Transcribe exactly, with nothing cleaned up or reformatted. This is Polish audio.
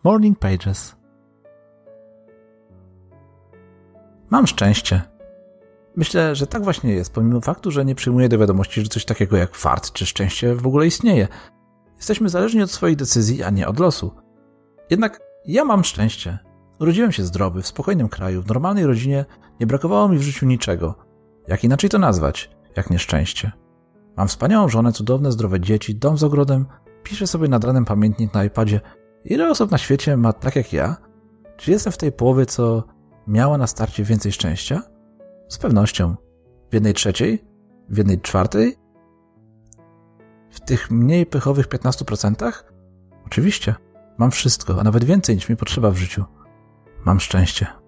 Morning Pages. Mam szczęście. Myślę, że tak właśnie jest, pomimo faktu, że nie przyjmuję do wiadomości, że coś takiego jak fart czy szczęście w ogóle istnieje. Jesteśmy zależni od swoich decyzji, a nie od losu. Jednak ja mam szczęście. Urodziłem się zdrowy, w spokojnym kraju, w normalnej rodzinie, nie brakowało mi w życiu niczego. Jak inaczej to nazwać, jak nieszczęście? Mam wspaniałą żonę, cudowne, zdrowe dzieci, dom z ogrodem, piszę sobie nad ranem pamiętnik na iPadzie. Ile osób na świecie ma tak jak ja? Czy jestem w tej połowie, co miała na starcie więcej szczęścia? Z pewnością. W jednej trzeciej? W jednej czwartej? W tych mniej pechowych piętnastu procentach? Oczywiście. Mam wszystko, a nawet więcej niż mi potrzeba w życiu. Mam szczęście.